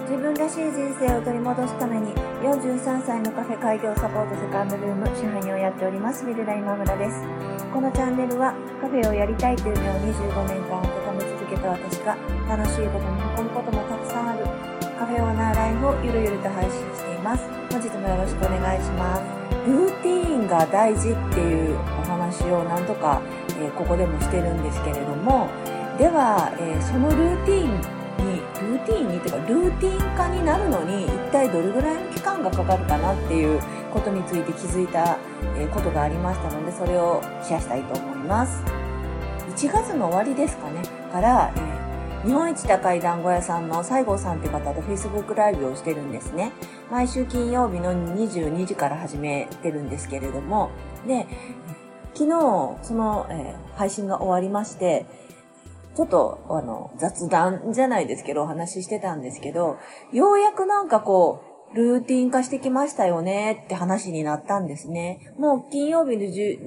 自分らしい人生を取り戻すために43歳のカフェ開業サポートセカンドルーム支配人をやっておりますミルラ今村です。このチャンネルはカフェをやりたいという夢を25年間温め続けた私が楽しいこともへこむこともたくさんあるカフェオーナーライフをゆるゆると配信しています。本日もよろしくお願いします。ルーティーンが大事っていうお話を何とか、ここでもしてるんですけれども、では、そのルーティーンというかルーティーン化になるのに一体どれぐらいの期間がかかるかなっていうことについて気づいたことがありましたので、それをシェアしたいと思います。1月の終わりですかねから、日本一高い団子屋さんの西郷さんという方と Facebook ライブをしてるんですね。毎週金曜日の22時から始めてるんですけれども、で昨日その、配信が終わりまして、ちょっと雑談じゃないですけどお話ししてたんですけど、ようやくなんかこうルーティン化してきましたよねって話になったんですね。もう金曜日の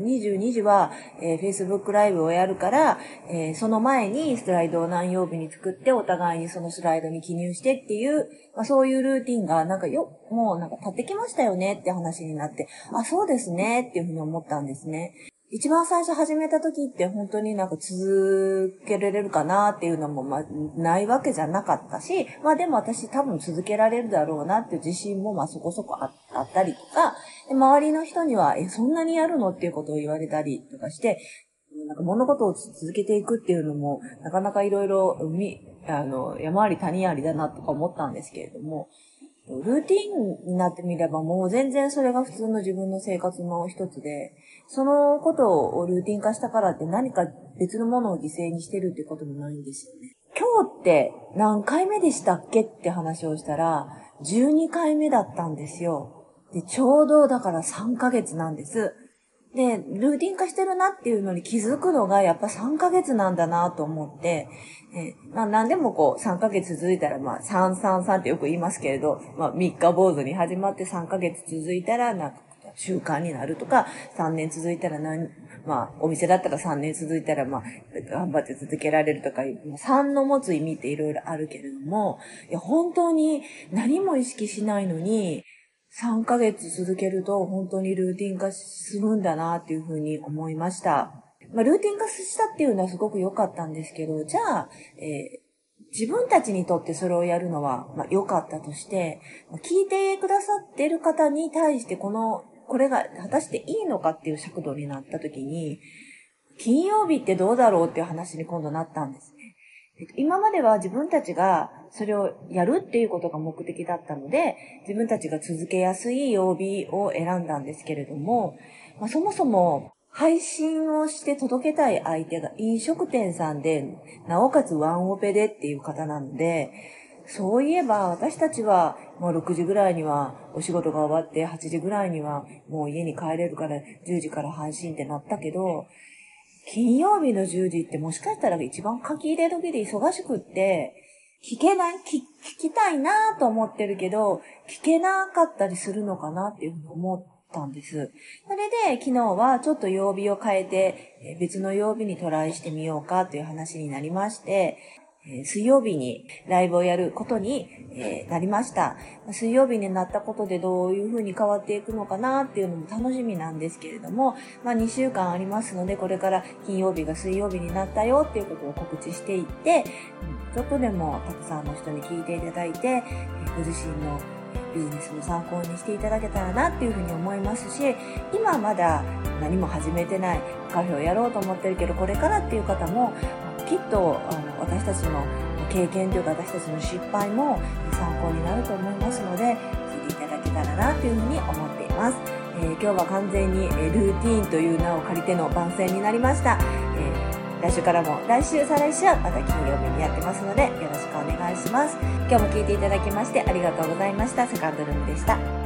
22時は、Facebook ライブをやるから、その前にスライドを何曜日に作ってお互いにそのスライドに記入してっていう、そういうルーティンがもうなんか立ってきましたよねって話になって、あ、そうですねっていうふうに思ったんですね。一番最初始めた時って本当になんか続けられるかなっていうのもないわけじゃなかったし、でも私多分続けられるだろうなっていう自信もそこそこあったりとか、周りの人にはそんなにやるのっていうことを言われたりとかして、なんか物事を続けていくっていうのもなかなかいろいろ山あり谷ありだなとか思ったんですけれども、ルーティーンになってみればもう全然それが普通の自分の生活の一つで、そのことをルーティン化したからって何か別のものを犠牲にしてるってこともないんですよね。今日って何回目でしたっけって話をしたら12回目だったんですよ。で、ちょうどだから3ヶ月なんです。で、ルーティン化してるなっていうのに気づくのがやっぱ3ヶ月なんだなと思って、何でもこう3ヶ月続いたら333ってよく言いますけれど、3日坊主に始まって3ヶ月続いたらなんか習慣になるとか、3年続いたらお店だったら3年続いたら頑張って続けられるとか、3の持つ意味っていろいろあるけれども、本当に何も意識しないのに、3ヶ月続けると本当にルーティン化するんだなっていうふうに思いました。ルーティン化したっていうのはすごく良かったんですけど、じゃあ、自分たちにとってそれをやるのは良かったとして、聞いてくださっている方に対してこれが果たしていいのかっていう尺度になった時に、金曜日ってどうだろうっていう話に今度なったんですね。今までは自分たちがそれをやるっていうことが目的だったので、自分たちが続けやすい曜日を選んだんですけれども、そもそも配信をして届けたい相手が飲食店さんで、なおかつワンオペでっていう方なので、そういえば私たちはもう6時ぐらいにはお仕事が終わって8時ぐらいにはもう家に帰れるから10時から配信ってなったけど、金曜日の10時ってもしかしたら一番書き入れ時で忙しくって聞きたいなと思ってるけど聞けなかったりするのかなっていうふうに思ったんです。それで昨日はちょっと曜日を変えて別の曜日にトライしてみようかという話になりまして、水曜日にライブをやることになりました。水曜日になったことでどういう風に変わっていくのかなっていうのも楽しみなんですけれども、2週間ありますので、これから金曜日が水曜日になったよっていうことを告知していって、ちょっとでもたくさんの人に聞いていただいて、ご自身のビジネスの参考にしていただけたらなっていうふうに思いますし、今まだ何も始めてないカフェをやろうと思ってるけどこれからっていう方もきっと私たちの経験というか私たちの失敗も参考になると思いますので、聞いていただけたらなというふうに思っています。今日は完全にルーティーンという名を借りての番宣になりました。来週からも再来週はまた金曜日にやってますのでよろしくお願いします。今日も聞いていただきましてありがとうございました。セカンドルームでした。